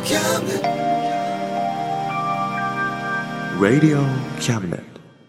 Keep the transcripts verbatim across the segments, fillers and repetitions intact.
Radio Cabinet。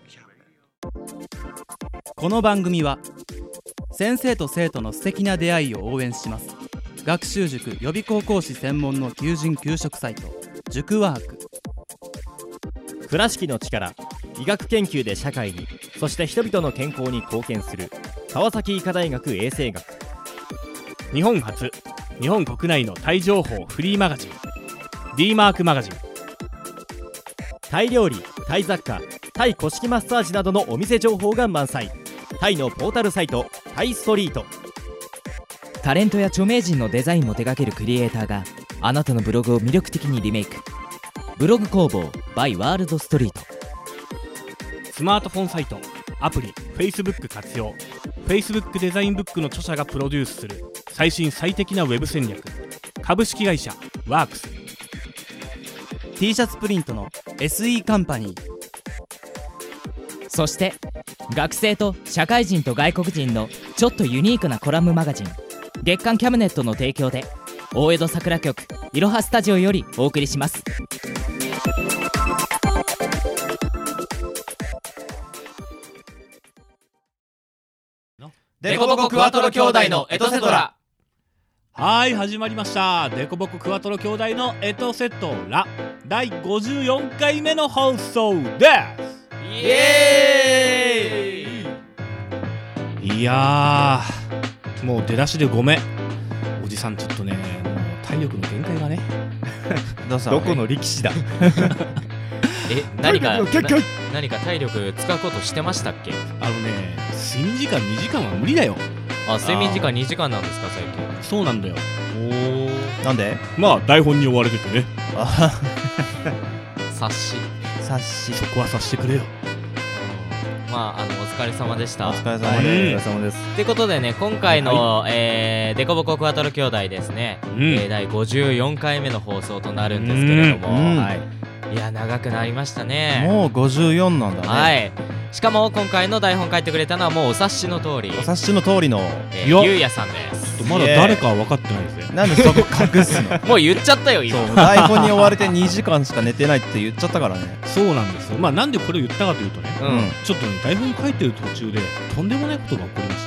この番組は先生と生徒の素敵な出会いを応援します。学習塾予備高校師専門の求人・求職サイト塾ワーク。 倉敷の力、医学研究で社会に、そして人々の健康に貢献する川崎医科大学衛生学。 日本初、日本国内のタイ情報フリーマガジン D マークマガジン。 タイ料理、タイ雑貨、タイ古式マッサージなどのお店情報が満載。タイのポータルサイトタイストリート。 タレントや著名人のデザインも手掛けるクリエイターがあなたのブログを魅力的にリメイク。ブログ工房 by ワールドストリート。 スマートフォンサイト、アプリ、Facebook 活用。 Facebook デザインブックの著者がプロデュースする最新最適なウェブ戦略。株式会社ワークス。 T シャツプリントの エスイー カンパニー。 そして学生と社会人と外国人のちょっとユニークなコラムマガジン月刊キャムネットの提供で大江戸桜局いろはスタジオよりお送りします。 デコボコクワトロ兄弟のエトセトラ。 はい、始まりました。デコボコクワトロ兄弟のエトセトラだいごじゅうよんかいめの放送です。 イエーイ。いやー、もう出だしでごめん。おじさんちょっとね、もう体力の限界がね。 どうしたの？どこの力士だ？ え、何か何か体力使うことしてましたっけ？ あのね、睡眠時間にじかんは無理だよ。 あ、睡眠時間にじかんなんですか最近？ そうなんだよ。 おー、なんで？ まあ台本に追われててね。 あ察し察し、 そこは察してくれよ。 まあ、あのお疲れ様でした。 お疲れ様です。お疲れ様です。 ってことでね、今回の、はい、えー、デコボコクワトロ兄弟ですね、うん、えー、だいごじゅうよんかいめの放送となるんですけれども、うん、はい、いや長くなりましたね。 もうごじゅうよんなんだね。 はい。しかも今回の台本書いてくれたのはもうお察しの通り、 お察しの通りの、 えー、ゆうやさんです。 まだ誰かは分かってないですね。 なんでそこ隠すの？ もう言っちゃったよ今。 そう、台本に追われてにじかんしか寝てないって言っちゃったからね。 そうなんですよ。まあなんでこれを言ったかというとね、 うん、 ちょっとね台本書いてる途中でとんでもないことが起こりました。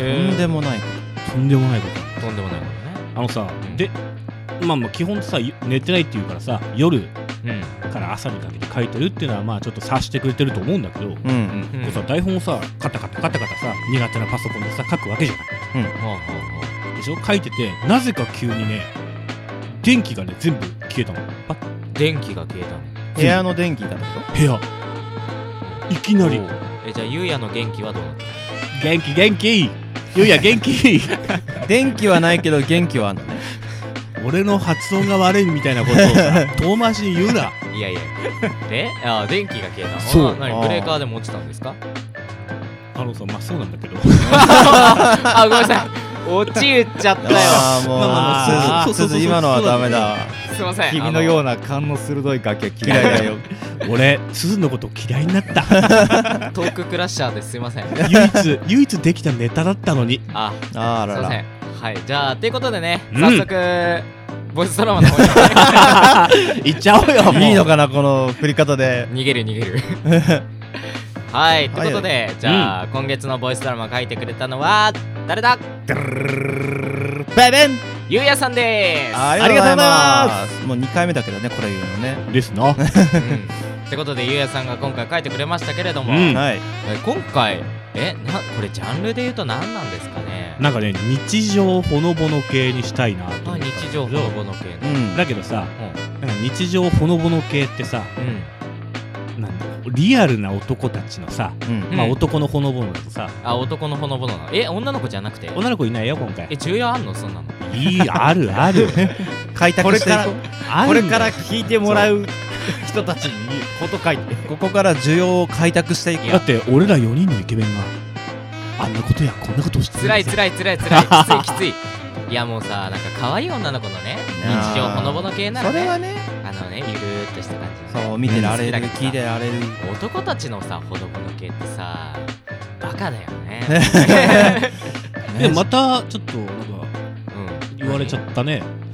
とんでもないこととんでもないこととんでもないことね。 あのさ、でまあまあ基本さ寝てないっていうからさ、夜から朝にかけて書いてるっていうのはまあちょっと察してくれてると思うんだけど、うんうん、 こうさ台本をさカタカタカタカタさ苦手なパソコンでさ書くわけじゃない。うん、はあはあ、でしょ。書いててなぜか急にね電気がね全部消えたの。パッ。 電気が消えたの？ 部屋の電気だってこと？ 部屋いきなり。 え、じゃあゆうやの元気はどうなった？ 元気元気ゆうや元気電気はないけど元気はあるのね。 俺の発音が悪いみたいなことをさ遠回しに言うな。 いやいやで、あ、電気が消えたの？ そう。 何ブレーカーでも落ちたんですか？ あのさ、まあそうなんだけどあ、ごめんなさい、落ち言っちゃったよ。 あーもう、まあまあまあ、すず今のはダメだ。 すいません。 君のような勘の鋭い楽器嫌いだよ。 俺すずのこと嫌いになったトーククラッシャーですいません。 唯一唯一できたネタだったのに。 ああらら、 すいません。はい、じゃあということでね、 うん、 早速ボイスドラマの方に行っちゃおうよ。 いいのかなこの振り方で。 逃げる逃げるはい、ということで、はい、じゃあ、うん、今月のボイスドラマ書いてくれたのは誰だ？ ベベンゆうやさんでーす。 ありがとうございます。もうにかいめだけどねこれ言うのね。 ですな、うん、 ってことでゆうやさんが今回書いてくれましたけれども、 うん、はい、 今回えなこれジャンルで言うと何なんですかね。 なんかね日常ほのぼの系にしたいなと思ったんだけど。 日常ほのぼの系、 うん、だけどさ、うん、なんか日常ほのぼの系ってさ、うん、なんだリアルな男たちのさ、うん、まあ男のほのぼのだとさ、 あ、男のほのぼのな。え、女の子じゃなくて？ 女の子いないよ今回。 え、重要あんのそんなの？ いい、あるある開拓していこう。 これから聞いてもらう人たちにこと書いてここから需要を開拓していく。 だって俺らよにんのイケメンがあんなことやこんなことをしてる。 つらいつらいつらいつらいきついきついいやもうさ、なんか可愛い女の子のね日常ほのぼの系ならね、 それはね、 あのねゆるーっとした感じの、ね、 そう見てられる、うん、聞いてられる。 男たちのさほのぼの系ってさバカだよねでまたちょっとなんか、うん、言われちゃったね。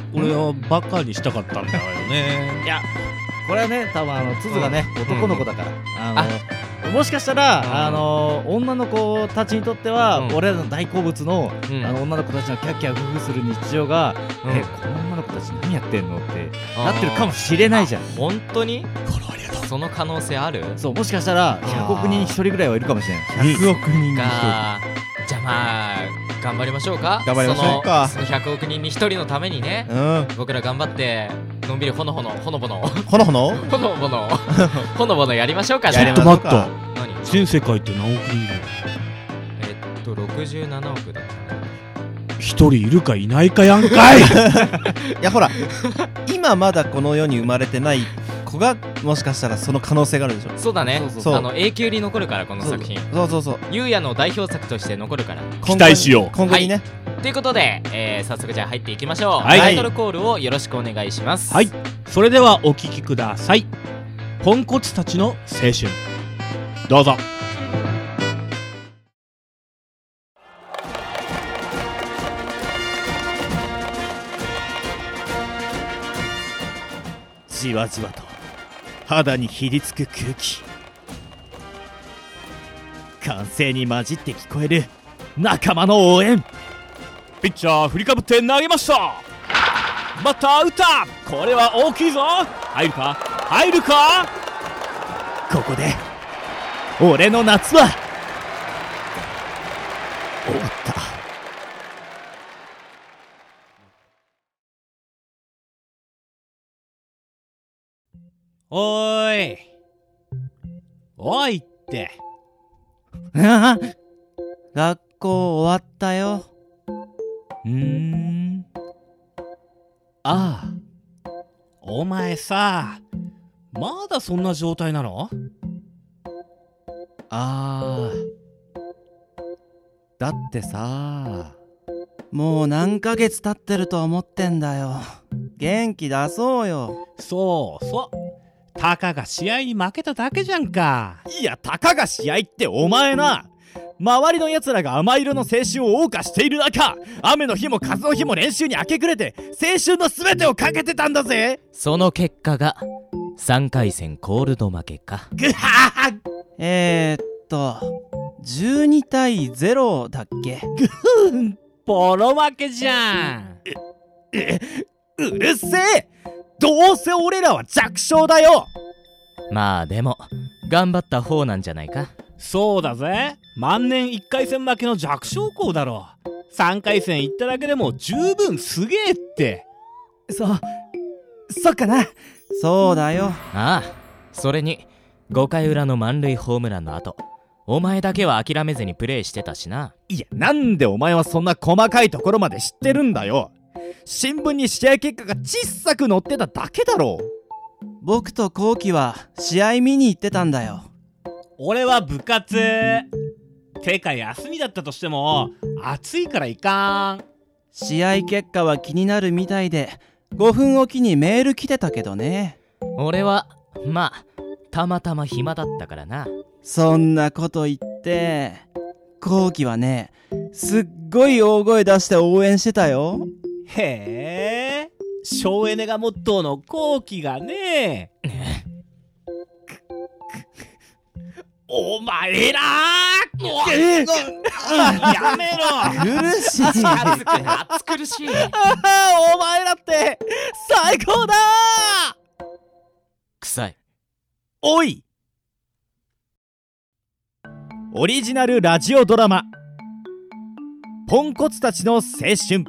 俺はバカにしたかったんだよね。 いやこれはね多分あのつづがね、うん、男の子だから、うん、あのもしかしたら、うん、あの女の子たちにとっては、うん、俺らの大好物の、うん、あの女の子たちのキャッキャウフフする日常が、うん、えこの女の子たち何やってんのってなってるかもしれないじゃん。 本当にその可能性ある？ そうもしかしたらひゃくおくにんにひとりぐらいはいるかもしれない。ひゃくおくにんにひとり。 じゃあまあ頑張りましょうか。 頑張りましょうか。 そのひゃくおくにんにひとりのためにね、うん、僕ら頑張ってのんびりほのほのほのぼのほのほのほのぼのほのぼのやりましょうか。 ちょっと待った。全世界って何億人いるの？ えっとろくじゅうななおくだったね。 ひとりいるかいないかやんかい。いやほら今まだこの世に生まれてない子がもしかしたらその可能性があるでしょ。 そうだね。そうそうそう、あの永久に残るからこの作品。 そうそうそう。 ゆうやの代表作として残るから。 期待しよう。 今後にね。はい、 ということで、えー、早速じゃあ入っていきましょう。はい、タイトルコールをよろしくお願いします。 はい。それではお聞きください。ポンコツたちの青春。どうぞ。 じわじわと肌にひりつく空気、歓声に混じって聞こえる仲間の応援。 ピッチャー振りかぶって投げました。バッター打った。これは大きいぞ。入るか入るか。 ここで俺の夏は終わった。 おーいおいって学校終わったよ。 うーんああお前さまだそんな状態なの？ あーだってさもう何ヶ月経ってると思ってんだよ。元気出そうよ。 そうそうたかが試合に負けただけじゃんか。 いやたかが試合ってお前な、周りの奴らが甘色の青春を謳歌している中、雨の日も風の日も練習に明け暮れて青春の全てをかけてたんだぜ。 その結果がさんかい戦コールド負けか。 ぐはーえー、っとじゅうにたいゼロだっけ。 ぐふんボロ負けじゃん。 えうるせえ、どうせ俺らは弱小だよ。 まあでも頑張った方なんじゃないか。 そうだぜ、万年いっかい戦負けの弱小校だろ。さんかい戦行っただけでも十分すげえって。 そそっかな。そうだよ。 ああ、それにごかい裏の満塁ホームランの後お前だけは諦めずにプレーしてたしな。 いやなんでお前はそんな細かいところまで知ってるんだよ。新聞に試合結果が小さく載ってただけだろ。 僕とコウキは試合見に行ってたんだよ。 俺は部活。てか休みだったとしても暑いから行かん。 試合結果は気になるみたいでごふんおきにメール来てたけどね。 俺はまあたまたま暇だったからな。 そんなこと言ってコウキはねすっごい大声出して応援してたよ。 へえ、省エネがモットーのコウキがね。お前らーえやめろ苦しい暑く暑苦しいお前らって最高だー。 臭い。 おい、オリジナルラジオドラマポンコツたちの青春。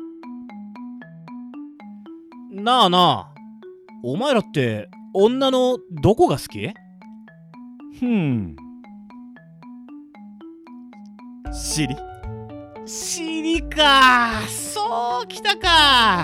なあなあ、お前らって女のどこが好き？ ふん、尻尻か。そうきたか。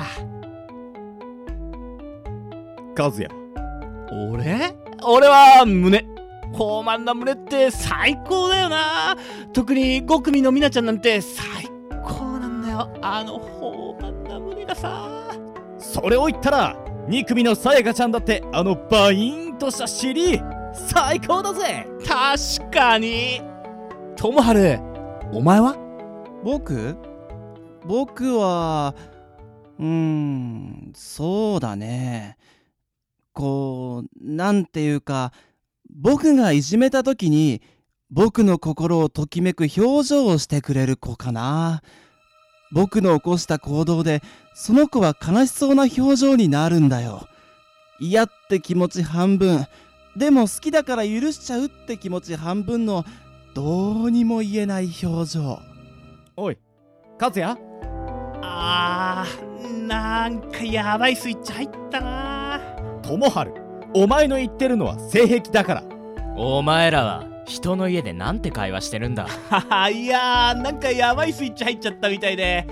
和也。 俺俺は胸。豊満な胸って最高だよな。特にご組のみなちゃんなんて最高なんだよ、あの豊満な胸がさ。 それを言ったらに組のさやかちゃんだってあのバイーンとした尻最高だぜ。 確かに。ともはる、お前は？ 僕僕はうーん、そうだね。こう、なんていうか、僕がいじめた時に僕の心をときめく表情をしてくれる子かな。僕の起こした行動でその子は悲しそうな表情になるんだよ。嫌って気持ち半分、でも好きだから許しちゃうって気持ち半分のどうにも言えない表情。 おい、和也。 あー、なんかやばいスイッチ入ったな。 友春、お前の言ってるのは性癖だから。 お前らは人の家でなんて会話してるんだ。 ははいやー、なんかやばいスイッチ入っちゃったみたいで。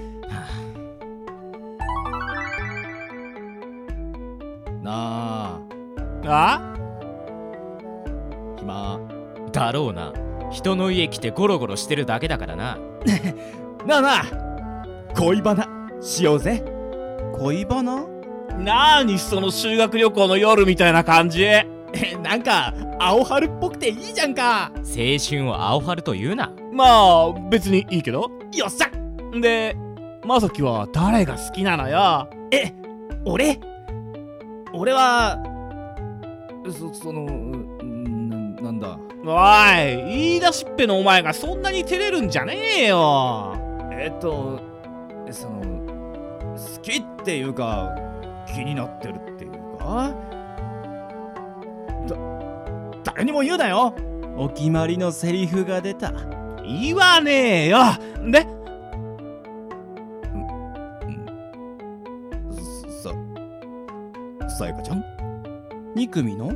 なあ、 あ暇だろうな。人の家来てゴロゴロしてるだけだからな。 なあなあ、恋バナしようぜ。 恋バナ？ なーにその修学旅行の夜みたいな感じ。 え、なんか青春っぽくていいじゃんか。 青春を青春と言うな。 まあ別にいいけど。 よっしゃ。 で、まさきは誰が好きなのよ。 え、俺俺はそ、そのな、なんだ。 おい、言い出しっぺのお前がそんなに照れるんじゃねえよ。 えっとその好きっていうか気になってるっていうか、だ誰にも言うなよ。 お決まりのセリフが出た。 言わねえよ。で、 ささやかちゃん。 に組の？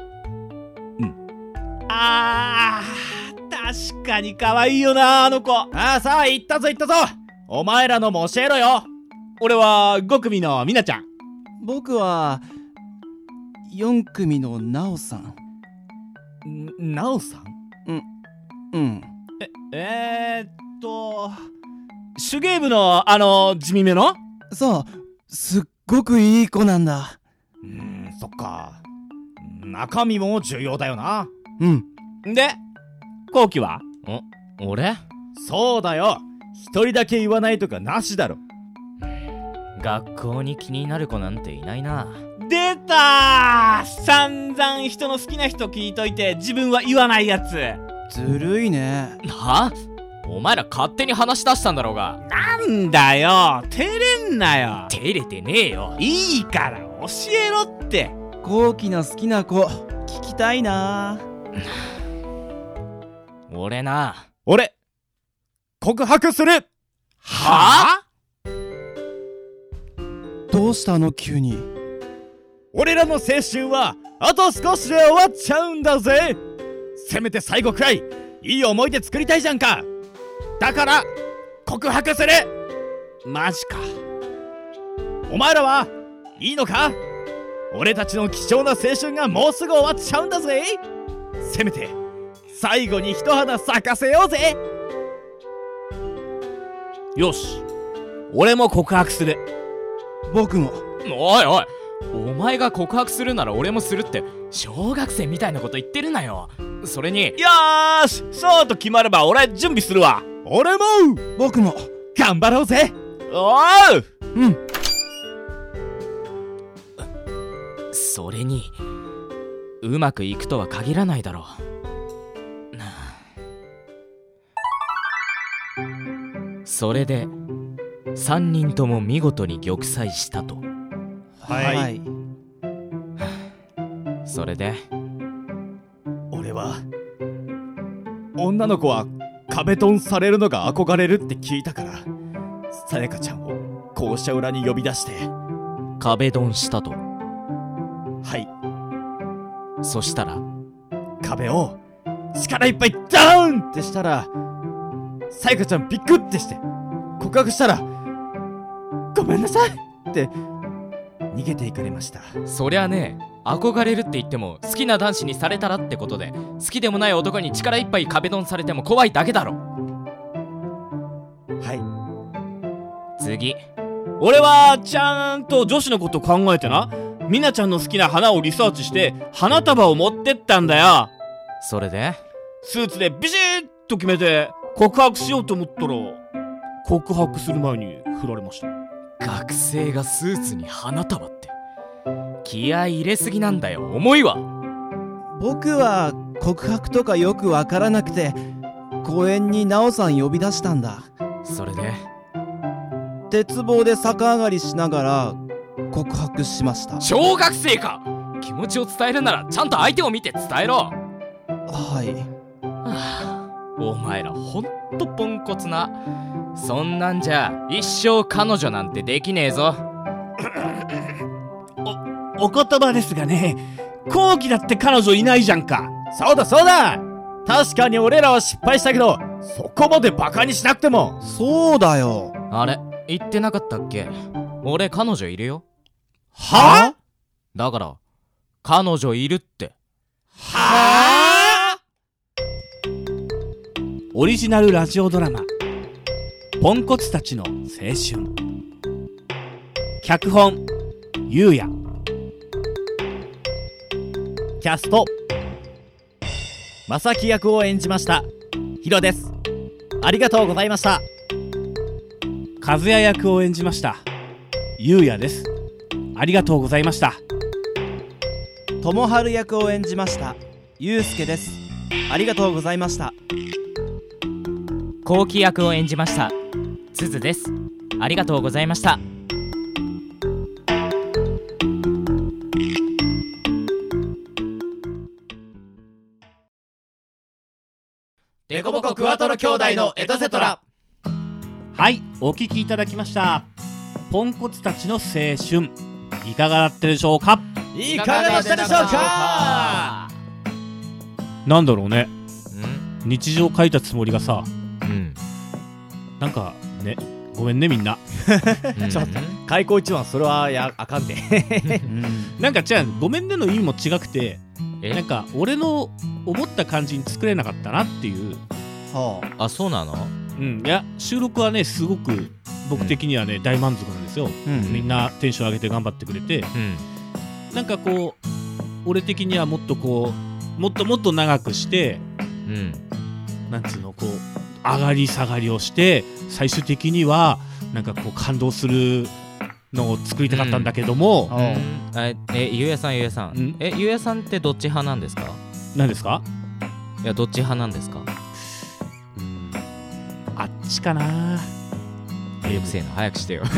あー、確かに可愛いよな、あの子。 ああ、さあ言ったぞ言ったぞ。お前らのも教えろよ。 俺はご組のみなちゃん。 僕はよん組のなおさん。 なおさん。 うんえ、えー、っと手芸部のあの地味めの。 そう、すっごくいい子なんだ。 うーん、そっか。中身も重要だよな。 うん。 で、後期は？ お、俺？ そうだよ。一人だけ言わないとかなしだろ。 学校に気になる子なんていないな。 出たー、散々人の好きな人聞いといて自分は言わないやつ。 ずるいね。 は？お前ら勝手に話し出したんだろうが。 なんだよ、照れんなよ。 照れてねえよ。 いいから教えろって。 後期の好きな子聞きたいな。 俺な、 俺告白する。 はぁ？ どうしたの急に。 俺らの青春はあと少しで終わっちゃうんだぜ。せめて最後くらいいい思い出作りたいじゃんか。だから告白する。 マジか。 お前らはいいのか。俺たちの貴重な青春がもうすぐ終わっちゃうんだぜ。せめて最後に一花咲かせようぜ。 よし、俺も告白する。 僕も。 おいおい、お前が告白するなら俺もするって小学生みたいなこと言ってるなよ。それに、 よーし、そうと決まれば俺準備するわ。 俺も僕も頑張ろうぜ。 おう。 うん。 それにうまくいくとは限らないだろうなあ。それでさんにんとも見事に玉砕したと。 はい、はい、 それで俺は女の子は壁ドンされるのが憧れるって聞いたから、さやかちゃんを校舎裏に呼び出して。 壁ドンしたと。 はい。 そしたら壁を力いっぱいダーンってしたら、さやかちゃんビクッてして告白したら、ごめんなさいって逃げていかれました。 そりゃね、憧れるって言っても好きな男子にされたらってことで、好きでもない男に力いっぱい壁ドンされても怖いだけだろ。 はい。 次、 俺はちゃんと女子のこと考えてな、みなちゃんの好きな花をリサーチして花束を持ってったんだよ。 それでスーツでビシッと決めて告白しようと思ったら、告白する前に振られました。 学生がスーツに花束って気合い入れすぎなんだよ。重いわ。 僕は告白とかよくわからなくて公園にナオさん呼び出したんだ。 それで鉄棒で逆上がりしながら告白しました。 小学生か。気持ちを伝えるならちゃんと相手を見て伝えろ。 はい、 はあ、お前らほんとポンコツな。そんなんじゃ一生彼女なんてできねえぞ。 お、お言葉ですがね、後期だって彼女いないじゃんか。 そうだそうだ、確かに俺らは失敗したけどそこまでバカにしなくても。 そうだよ。 あれ言ってなかったっけ？俺彼女いるよ。 は？ だから彼女いるって。 はぁ？オリジナルラジオドラマポンコツたちの青春。脚本ゆうや。 キャスト正木役を演じましたヒロです。ありがとうございました。 和也役を演じましたゆうやです。ありがとうございました。 友春役を演じましたゆうすけです。ありがとうございました。 後期役を演じましたつづです。ありがとうございました。 デコボコクワトロ兄弟のエトセトラ。 はい、お聞きいただきましたポンコツたちの青春、いかがだったでしょうか。 いかがだったでしょうか。 なんだろうね、 ん日常書いたつもりがさ、 うんなんかね、ごめんねみんな。 ちょっと開口一番それはやあかんでなんか違う、ごめんねの意味も違くて、 えなんか俺の思った感じに作れなかったなっていう。 はあ、そうなの？ うん、いや収録はねすごく僕的にはね、うん、大満足なんですよ、 うん、 みんなテンション上げて頑張ってくれて、 うん、 なんかこう俺的にはもっとこうもっともっと長くして、 うん、 なんつうのこう上がり下がりをして最終的にはなんかこう感動するのを作りたかったんだけども、 うんうん、ええゆうやさんゆうやさん、うん、えゆうやさんってどっち派なんですか？ 何ですか？ いやどっち派なんですか？ あっちかな。 えよくせえな、早くしてよ。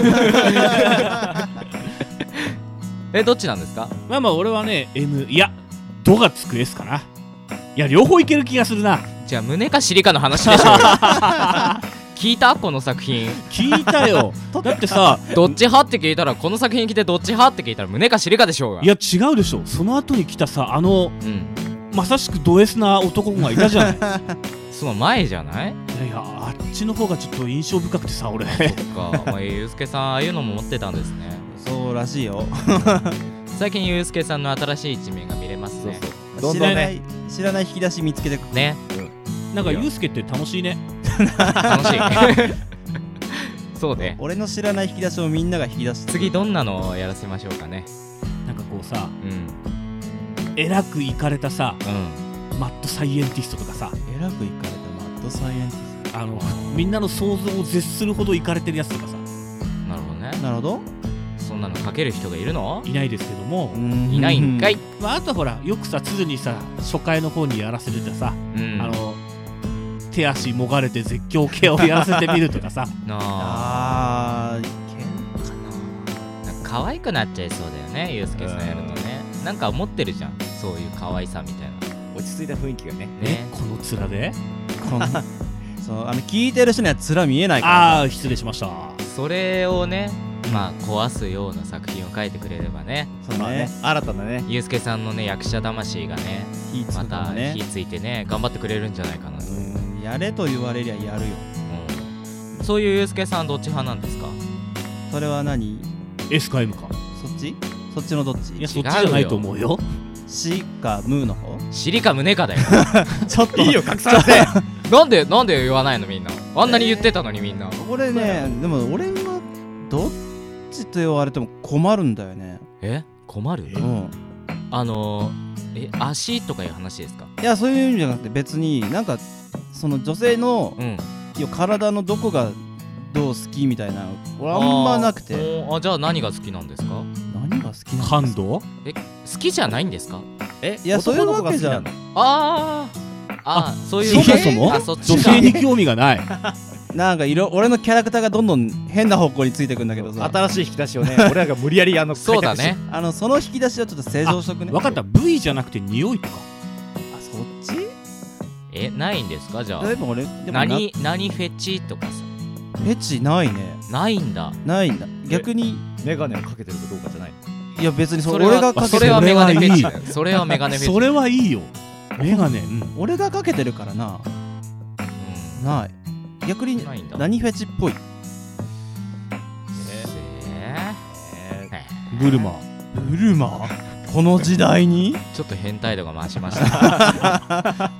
えどっちなんですか？ まあまあ俺はね M、 いやドがつく S かな。いや両方いける気がするな。 じゃあ胸か尻かの話でしょ。聞いた？この作品聞いたよ。だってさどっち派って聞いたら、この作品来てどっち派って聞いたら胸か尻かでしょうが。 いや違うでしょ。その後に来たさあの、うん、まさしくド S な男がいたじゃない。 その前じゃない？ いやいやあっちの方がちょっと印象深くてさ俺。 そっか、まあ、ゆうすけさんああいうのも持ってたんですね。 そうらしいよ。 最近ゆうすけさんの新しい一面が見れますね。 そうそう、どんどんね、知らない引き出し見つけてくね、 うん、なんかゆうすけって楽しいね。 楽しい。そうね。 俺の知らない引き出しをみんなが引き出して、 次どんなのをやらせましょうかね。 なんかこうさ、 うん、 えらくいかれたさ、 うん、 マッドサイエンティストとかさ、 えらくいかれたマッドサイエンティスト、 あのみんなの想像を絶するほどいかれてるやつとかさ。 なるほどね。 なるほど。 そんなの書ける人がいるの？ いないですけども。 いないんかい。 まあ、あとほらよくさつにさ初回の方にやらせててさ、うん、あの手足もがれて絶叫系をやらせてみるとかさ。 あーいけんかな。なんか可愛くなっちゃいそうだよね、ゆうすけさんやるとね。なんか思ってるじゃん、そういう可愛さみたいな。 落ち着いた雰囲気がね。 ね、この面でこのそうあの聞いてる人には面見えないから。 ああ失礼しました。 それをね、まあ壊すような作品を書いてくれればね。 そうね、まあね、新たなねゆうすけさんのね役者魂がね、また火ついてね頑張ってくれるんじゃないかなと。 うんやれと言われりゃやるよ、 うん、そういうゆうすけさんどっち派なんですか？ それは何？ S か M か。 そっち？そっちのどっち？ いやそっちじゃないと思うよ。 しかムーの方？ 尻か胸かだよ。 ちょっといいよ拡散して。 なんでなんで言わないのみんな。あんなに言ってたのにみんな。 俺ね、でも俺はどっちと言われても困るんだよね。 え困る？ うん。 あのー、え足とかいう話ですか？ いやそういう意味じゃなくて別になんかその女性の、うん、体のどこがどう好きみたいなの俺あんまなくて。 あ, あじゃあ何が好きなんですか？ 何が好きなんですか？ 感動？ え好きじゃないんですか？ えいやそういうわけじゃん。 あーあーそういうそもそもあそっち女か性に興味がないなんか色俺のキャラクターがどんどん変な方向についてくんだけどさ、 新しい引き出しをね俺らが無理やりあのそうだねあのその引き出しをちょっと正常しとくね。 分かった、部位じゃなくて匂いとか。 あそっち？ えないんですか？じゃあでも俺でもな何何フェチとかさフェチないね。 ないんだ。 ないんだ。逆にメガネをかけてるかどうかじゃない。 いや別にそそれはれ俺がかけてるそれはメガネフェチそれはいだよ。それはメガネフェチ。 それはいいよ。メガネ、うん、 俺がかけてるからな。 うんない。逆にないんだ。 何フェチっぽい？ ええーブルマ。 ブルマ？この時代に？ ちょっと変態度が増しました。あ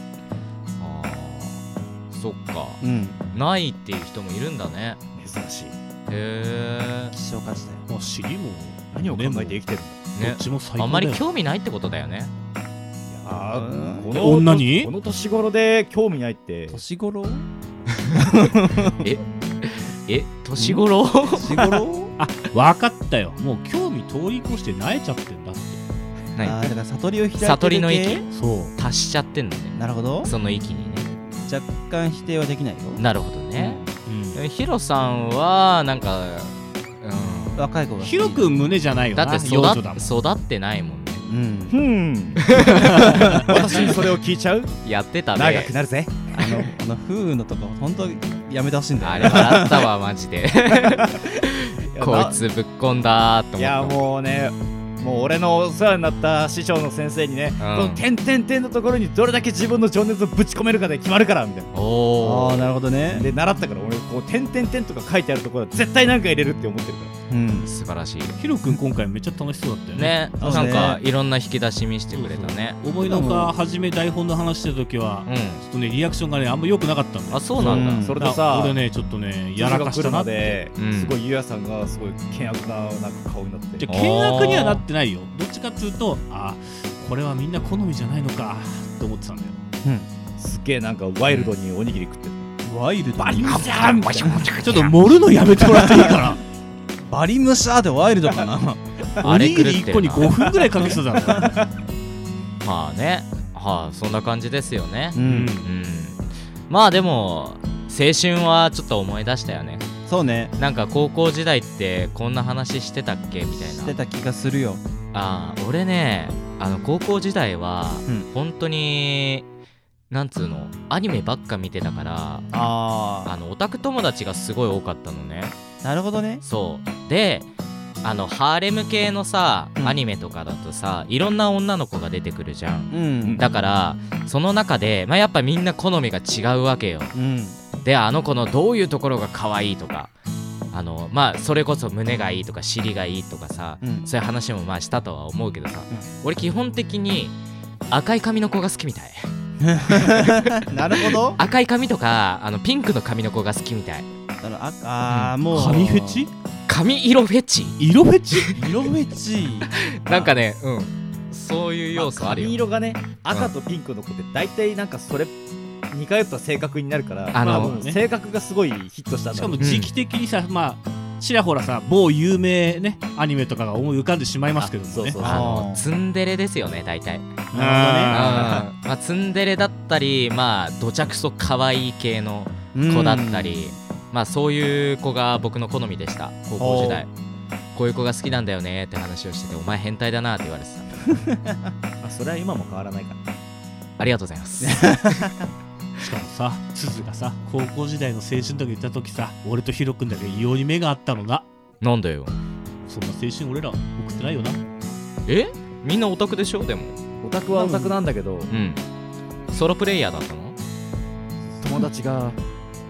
ーそっか。 うん。 ないっていう人もいるんだね。 ー珍しい。 へえ。 希少価値だよ。 まあ尻も何を考えて生きてるんだ。 どっね。 ちも最高だよ。 あんまり興味ないってことだよね。 あうんーこの女にこの年頃で興味ないって年頃？ ええ年頃？ 年頃？ あ、分かったよ。もう興味通り越して萎えちゃってんだって。 あ何ーだから悟りを開いてる系。 悟りの域そう。 達しちゃってんだね。 なるほど。 その域にね。 若干否定はできないよ。 なるほどね。 うん。 ヒロさんはなんか、う若い子が好き。 ヒロ君胸じゃないん、 よな。 だって育幼女だもん。 育ってないもんね。 うん。 ふん私にそれを聞いちゃう。 やってたね長く。なるぜ。 あのあの風のとか本当やめてほしいんだよ。 あれ笑ったわマジで。 やこいつぶっこんだーって思った。 いやもうね、もう俺のお世話になった師匠の先生にね、この点々点のところにどれだけ自分の情熱をぶち込めるかで決まるからみたいな。 おーああなるほどね。 で習ったから俺こう点々点とか書いてあるところは絶対なんか入れるって思ってるから。 うん。 素晴らしいヒロ君今回めっちゃ楽しそうだったよね。 ね。 そうねなんかいろんな引き出し見せてくれたね。 そうそう思いのほか初め台本の話してた時は、 うちょっとねリアクションがねあんま良くなかったんだん。 よ。 あそうなんだ。 うんそれでさ、 俺ねちょっとねやらかしたなって。 で、 うんすごいゆうやさんがすごい険悪ななんか顔になって。 じゃ険悪にはなってないよ。どっちかっつうと、あこれはみんな好みじゃないのかって思ってたんだよ。 すっげえなんかワイルドにおにぎり食ってる。 ワイルド。バリムシちょっと盛るのやめてもらっていいかな。 バリムシャーでワイルドかな。 おあれにぎりいっこに狂ってるなごふんぐらいかけてただろ。 まあね。はあそんな感じですよね。 う。 うんんうん。まあでも青春はちょっと思い出したよね。 そうね。 なんか高校時代ってこんな話してたっけみたいな。 してた気がするよ。 ああ俺ねあの高校時代は、 うん本当になんつうのアニメばっか見てたからああのオタク友達がすごい多かったのね。 あなるほどね。 そうであのハーレム系のさ、 うんアニメとかだとさいろんな女の子が出てくるじゃん。 うん。 だからその中で、まあ、やっぱみんな好みが違うわけよ。 うん。 であの子のどういうところが可愛いとかあのまあそれこそ胸がいいとか尻がいいとかさ、 うん。 そういう話もまあしたとは思うけどさ、俺基本的に赤い髪の子が好きみたい。 なるほど。 赤い髪とかあのピンクの髪の子が好きみたい。 あのああーもう髪フェチ？ 髪色フェチ色フェチ？ 色フェチ。 なんかねうんそういう要素あるよ。 髪色がね赤とピンクの子って大体なんかそれ似通った性格になるからあのまあもう性格がすごいヒットしたんだしろうかも時期的にさ、まあちらほらさ某有名ねアニメとかが思い浮かんでしまいますけどもね。 あそうそうあのあーツンデレですよね大体。 あうんまあ、ツンデレだったりまあどちゃくそ可愛い系の子だったり、まあそういう子が僕の好みでした高校時代。こういう子が好きなんだよねって話をしててお前変態だなって言われてた。 まあそれは今も変わらないからありがとうございます。 しかもさすずがさ高校時代の青春とか言った時さ俺とヒロ君だけ異様に目があったのな。 なんだよ。 そんな青春俺ら送ってないよな。 えみんなオタクでしょでも。 オタクはオタクなんだけどうんソロプレイヤーだったの？ 友達がいないん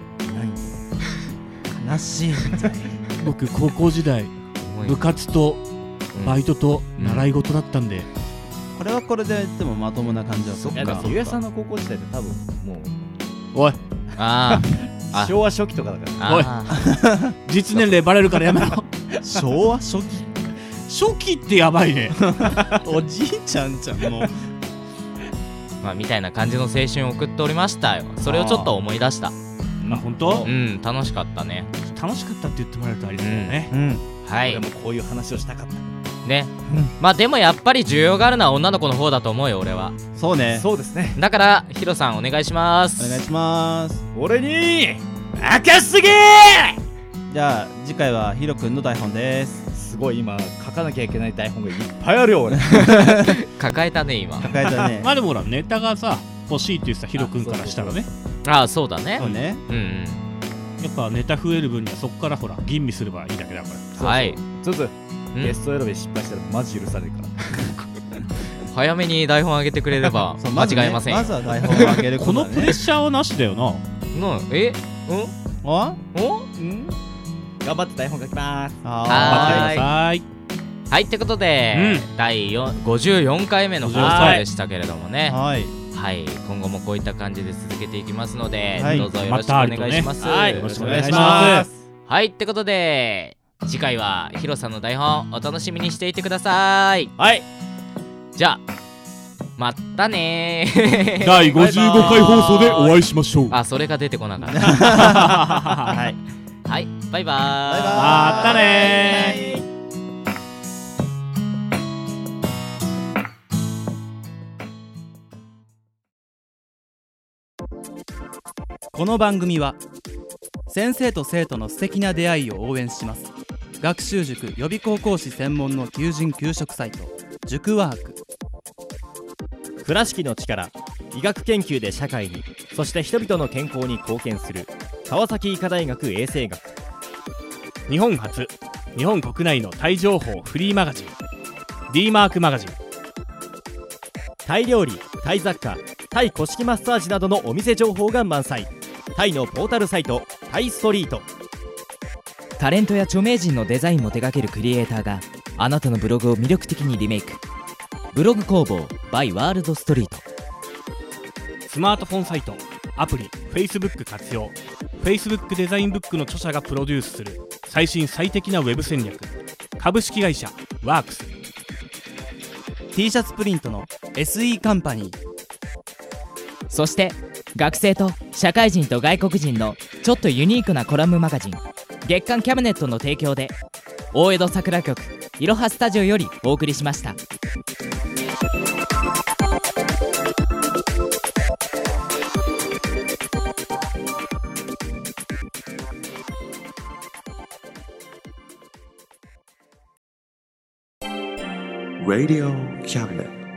だよ。 悲しい。 僕高校時代部活とバイトと習い事だったんで、 これはこれででもまともな感じだそっかいやだってゆうやさんの高校時代って多分もおいああう昭和初期とかだからおいあ実年齢バレるからやめろ。 昭和初期。 初期ってやばいね。 おじいちゃんじゃんもう。 ーまあみたいな感じの青春を送っておりましたよ。それをちょっと思い出した。 あ本当？ うん楽しかったね。 楽しかったって言ってもらえるとありがたいよね、 うんはい俺もこういう話をしたかったね、まあでもやっぱり需要があるのは女の子の方だと思うよ俺は。 そうねそうですね。 だからヒロさんお願いしますお願いします。 俺に任すげじゃあ次回はヒロくんの台本です。 すごい今書かなきゃいけない台本がいっぱいあるよ俺抱えたね今。 抱えたねまあでもほらネタがさ欲しいって言ってたヒロ君からしたらね、 ああそうだねそうねうんうんやっぱネタ増える分にはそこからほら吟味すればいいだけだからはいつつんゲスト選び失敗したらマジ許されるから早めに台本上げてくれればそう間まずね違えませんよ。 まずは台本を上げるこだねことのプレッシャーはなしだよな。 のえうんあおうん頑張って台本書きます。 あはーいさいはいってことで、第よんごじゅうよんかいめの放送でしたけれどもね、 はいはい今後もこういった感じで続けていきますので、 はいどうぞよろしくお願いします。 またあるとねはいよろしくお願いし願いしまます。 はいってことで次回はヒロさんの台本お楽しみにしていてください。 はいじゃあまたねーだいごじゅうごかい放送でお会いしましょう。 あそれが出てこなかったはいはいバイバーイバイバーイまたねー。 この番組は先生と生徒の素敵な出会いを応援します。学習塾予備高校師専門の求人・求職サイト塾ワーク。 倉敷の力、医学研究で社会に、そして人々の健康に貢献する川崎医科大学衛生学。 日本初、日本国内のタイ情報フリーマガジン D マークマガジン。 タイ料理、タイ雑貨、タイ古式マッサージなどのお店情報が満載。タイのポータルサイトタイストリート。 タレントや著名人のデザインも手掛けるクリエイターがあなたのブログを魅力的にリメイク。ブログ工房 by ワールドストリート。 スマートフォンサイト、アプリ、Facebook 活用。Facebook デザインブックの著者がプロデュースする最新最適なウェブ戦略。株式会社ワークス。 T シャツプリントの エスイー カンパニー。 そして学生と社会人と外国人のちょっとユニークなコラムマガジン月刊キャムネットの提供で大江戸桜局いろはスタジオよりお送りしました。 Radio Cabinet.